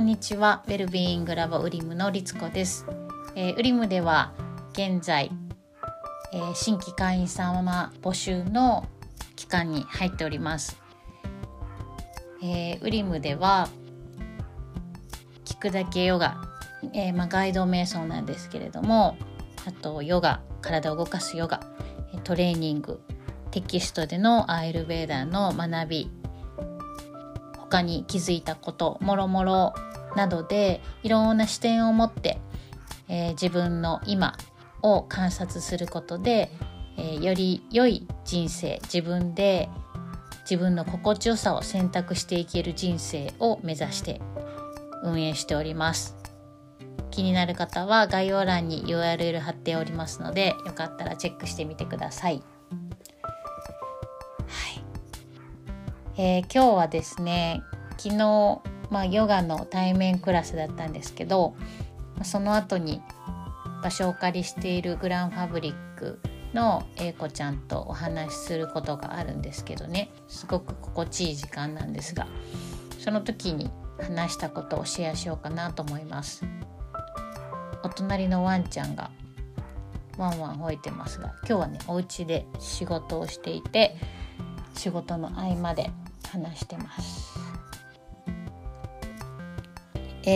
んにちは。ウェルビーイングラボウリムの律子です。ウリムでは現在、新規会員様募集の期間に入っております。ウリムでは聞くだけヨガ、ガイド瞑想なんですけれども、あとヨガ、体を動かすヨガ、トレーニング、テキストでのアーユルヴェーダの学び、他に気づいたこともろもろなどでいろんな視点を持って、自分の今を観察することで、より良い人生、自分で自分の心地よさを選択していける人生を目指して運営しております。気になる方は概要欄に URL 貼っておりますので、よかったらチェックしてみてください。今日はですね、昨日、ヨガの対面クラスだったんですけど、その後に場所をお借りしているグランファブリックの英子ちゃんとお話しすることがあるんですけどね、すごく心地いい時間なんですが、その時に話したことをシェアしようかなと思います。お隣のワンちゃんがワンワン吠えてますが、今日はね、お家で仕事をしていて、仕事の合間で話してます。昨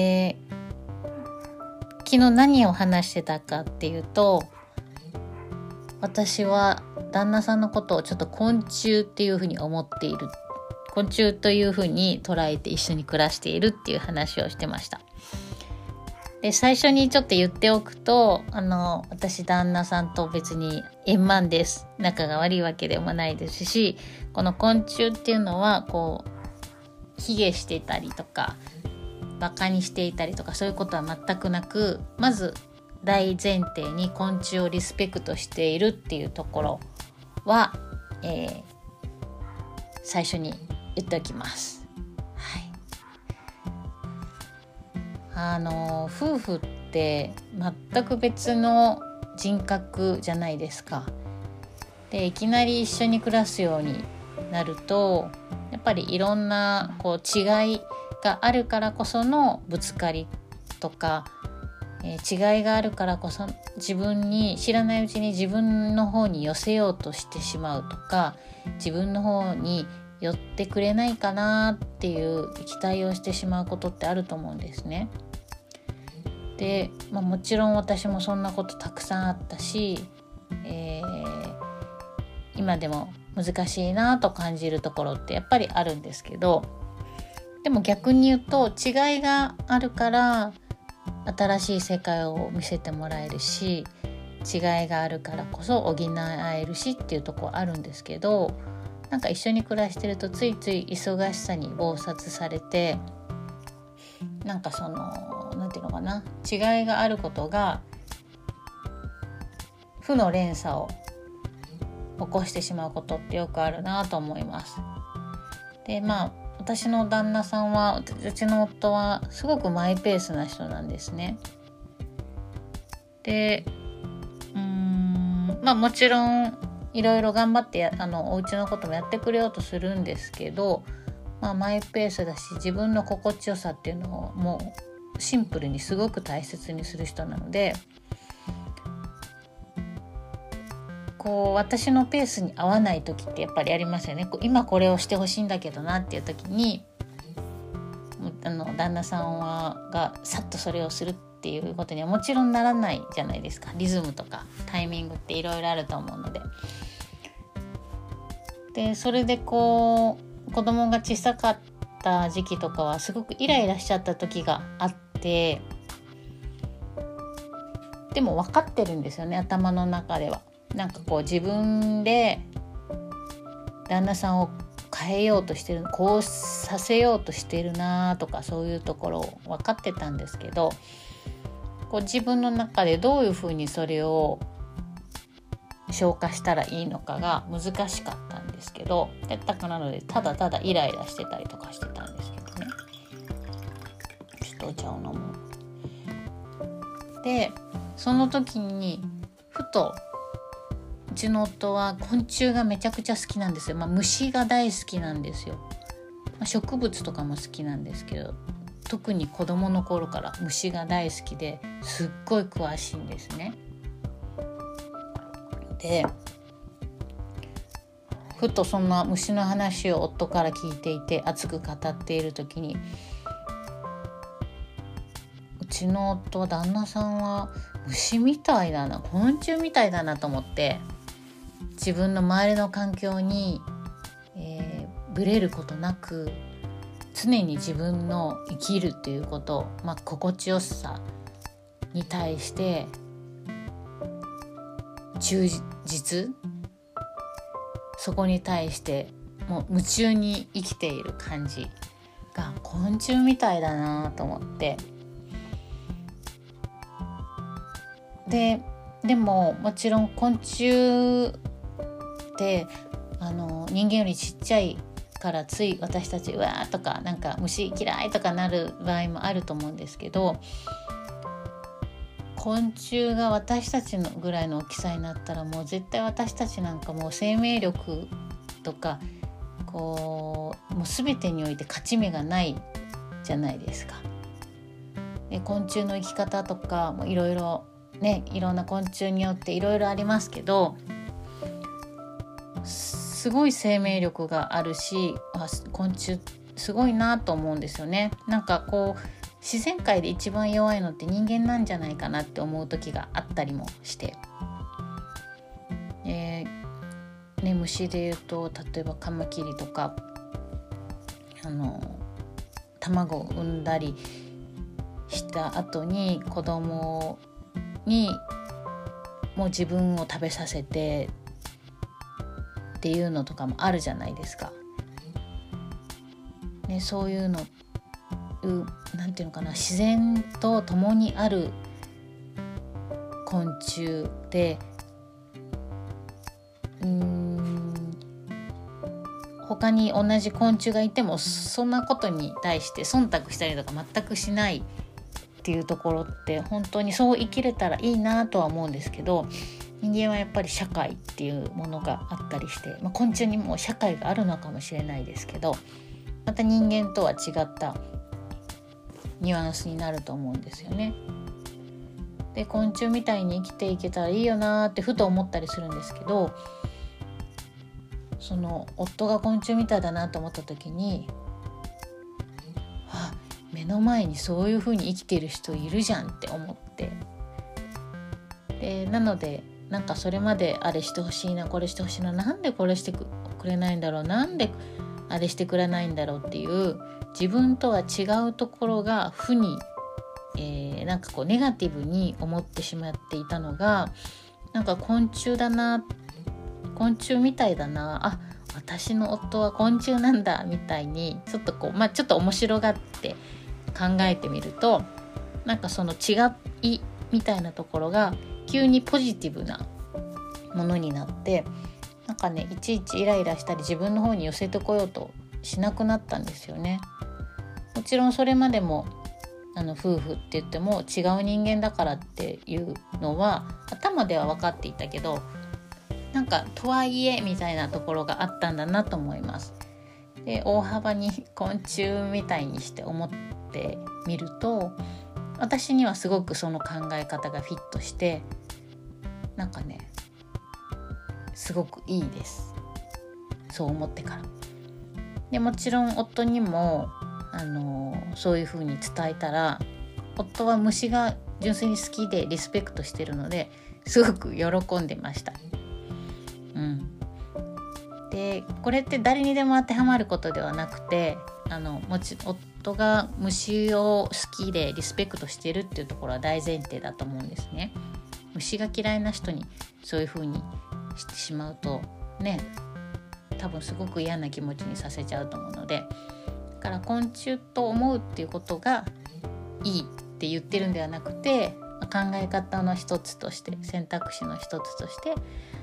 日何を話してたかっていうと、私は旦那さんのことをちょっと昆虫っていうふうに思っている、昆虫というふうに捉えて一緒に暮らしているっていう話をしてました。で、最初にちょっと言っておくと、私旦那さんと別に円満です。仲が悪いわけでもないですし、この昆虫っていうのは卑下していたりとかバカにしていたりとか、そういうことは全くなく、まず大前提に昆虫をリスペクトしているっていうところは、最初に言っておきます。夫婦って全く別の人格じゃないですか。で、いきなり一緒に暮らすようになると、やっぱりいろんな違いがあるからこそのぶつかりとか、違いがあるからこそ自分に知らないうちに自分の方に寄せようとしてしまうとか、自分の方に寄ってくれないかなっていう期待をしてしまうことってあると思うんですね。で、もちろん私もそんなことたくさんあったし、今でも難しいなと感じるところってやっぱりあるんですけど、でも逆に言うと、違いがあるから新しい世界を見せてもらえるし、違いがあるからこそ補えるしっていうところあるんですけど、なんか一緒に暮らしてるとついつい忙しさに忙殺されて、なんかなんていうのかな、違いがあることが負の連鎖を起こしてしまうことってよくあるなと思います。で、私の旦那さんは、うちの夫はすごくマイペースな人なんですね。で、もちろんいろいろ頑張ってお家のこともやってくれようとするんですけど、マイペースだし、自分の心地よさっていうのをもうシンプルにすごく大切にする人なので、私のペースに合わない時ってやっぱりありますよね。今これをしてほしいんだけどなっていう時に、旦那さんがさっとそれをするっていうことにはもちろんならないじゃないですか。リズムとかタイミングっていろいろあると思うので。で、それで子供が小さかった時期とかはすごくイライラしちゃった時があって、でも分かってるんですよね、頭の中では。なんか自分で旦那さんを変えようとしてる、こうさせようとしてるなとか、そういうところを分かってたんですけど、自分の中でどういうふうにそれを消化したらいいのかが難しかったんですけど、だからなのでただただイライラしてたりとかしてたんですけどね。ちょっとお茶を飲む。で、その時にふと、うちの夫は昆虫がめちゃくちゃ好きなんですよ。虫が大好きなんですよ。植物とかも好きなんですけど、 特に子供の頃から虫が大好きですっごい詳しいんですね。でふとそんな虫の話を夫から聞いていて熱く語っている時に、うちの夫は旦那さんは虫みたいだな、昆虫みたいだなと思って、自分の周りの環境に、ブレることなく常に自分の生きるということ、心地よさに対して忠実、そこに対してもう夢中に生きている感じが昆虫みたいだなと思って、でももちろん昆虫って人間よりちっちゃいからつい私たちうわーとかなんか虫嫌いとかなる場合もあると思うんですけど、昆虫が私たちのぐらいの大きさになったらもう絶対私たちなんかもう生命力とかもう全てにおいて勝ち目がないじゃないですか。で昆虫の生き方とかもいろいろね、いろんな昆虫によっていろいろありますけど、すごい生命力があるし、昆虫すごいなと思うんですよね。なんか自然界で一番弱いのって人間なんじゃないかなって思う時があったりもして、虫でいうと例えばカマキリとか卵を産んだりした後に子供にもう自分を食べさせてっていうのとかもあるじゃないですか、ね、そういうのなんていうのかな、自然と共にある昆虫で他に同じ昆虫がいてもそんなことに対して忖度したりとか全くしないっていうところって本当にそう生きれたらいいなとは思うんですけど、人間はやっぱり社会っていうものがあったりして、昆虫にも社会があるのかもしれないですけど、また人間とは違ったニュアンスになると思うんですよね。で昆虫みたいに生きていけたらいいよなってふと思ったりするんですけど、その夫が昆虫みたいだなと思った時に、目の前にそういう風に生きてる人いるじゃんって思って、でなのでなんかそれまであれしてほしいなこれしてほしいな、なんでこれしてくれないんだろう、なんであれしてくれないんだろうっていう自分とは違うところが負に、なんかネガティブに思ってしまっていたのが、なんか昆虫だな、昆虫みたいだな、私の夫は昆虫なんだみたいにちょっとちょっと面白がって考えてみると、なんかその違いみたいなところが急にポジティブなものになって、なんかねいちいちイライラしたり自分の方に寄せてこようとしなくなったんですよね。もちろんそれまでも夫婦って言っても違う人間だからっていうのは頭では分かっていたけど、なんかとはいえみたいなところがあったんだなと思います。で大幅に昆虫みたいにして思ってみると、私にはすごくその考え方がフィットして、なんかねすごくいいです、そう思ってから。でもちろん夫にもそういう風に伝えたら、夫は虫が純粋に好きでリスペクトしてるのですごく喜んでました。でこれって誰にでも当てはまることではなくて、夫が虫を好きでリスペクトしてるっていうところは大前提だと思うんですね。虫が嫌いな人にそういう風にしてしまうとね、多分すごく嫌な気持ちにさせちゃうと思うので、だから昆虫と思うっていうことがいいって言ってるんではなくて、考え方の一つとして、選択肢の一つとして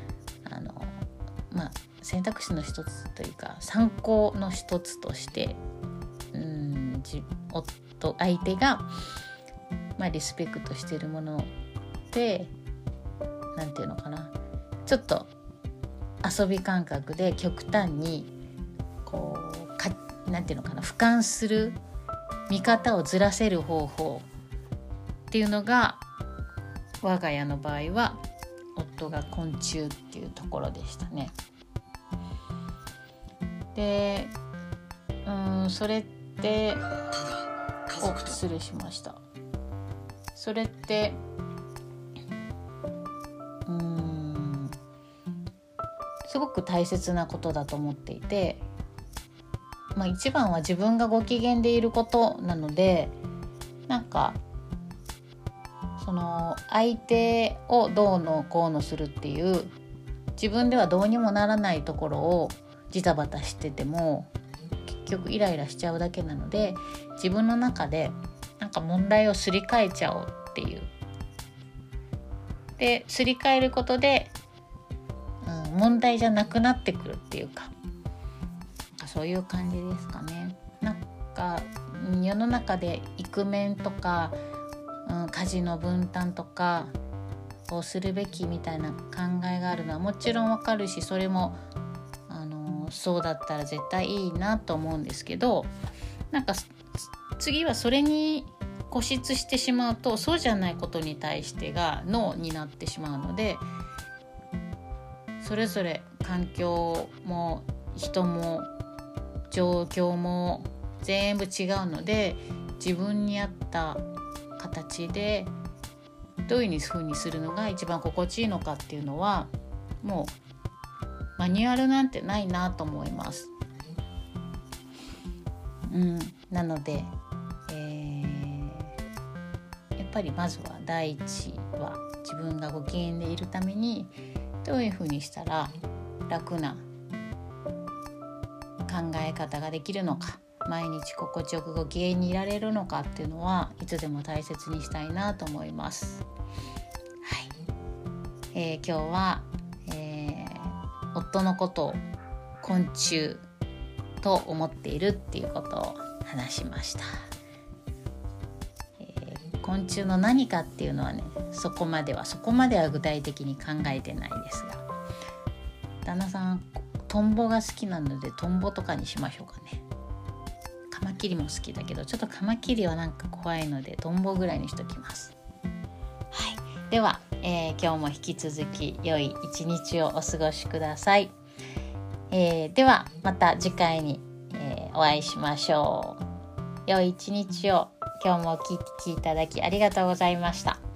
選択肢の一つというか参考の一つとして相手が、リスペクトしているもので、なんていうのかな、ちょっと遊び感覚で極端になんていうのかな、俯瞰する見方をずらせる方法っていうのが我が家の場合は夫が昆虫っていうところでしたね。で、それって失礼しました。それってすごく大切なことだと思っていて、一番は自分がご機嫌でいることなので、なんかその相手をどうのこうのするっていう自分ではどうにもならないところをジタバタしてても結局イライラしちゃうだけなので、自分の中でなんか問題をすり替えちゃおうっていう。ですり替えることで、問題じゃなくなってくるっていうか、そういう感じですかね。なんか世の中でイクメンとか、家事の分担とかをするべきみたいな考えがあるのはもちろんわかるし、それもそうだったら絶対いいなと思うんですけど、なんか次はそれに固執してしまうと、そうじゃないことに対してがノーになってしまうので、それぞれ環境も人も状況も全部違うので、自分に合った形でどういう風にするのが一番心地いいのかっていうのは、もうマニュアルなんてないなと思います。なので、やっぱりまずは第一は自分がご機嫌でいるためにどういう風にしたら楽な考え方ができるのか、毎日心地よくご機嫌にいられるのかっていうのはいつでも大切にしたいなと思います。はい、今日は、夫のことを昆虫と思っているっていうことを話しました。昆虫の何かっていうのはね、そこまでは具体的に考えてないですが、旦那さんトンボが好きなのでトンボとかにしましょうかね。カマキリも好きだけど、ちょっとカマキリはなんか怖いのでトンボぐらいにしときます。はい、では、今日も引き続き良い一日をお過ごしください。ではまた次回に、お会いしましょう。良い一日を。今日もお聞きいただきありがとうございました。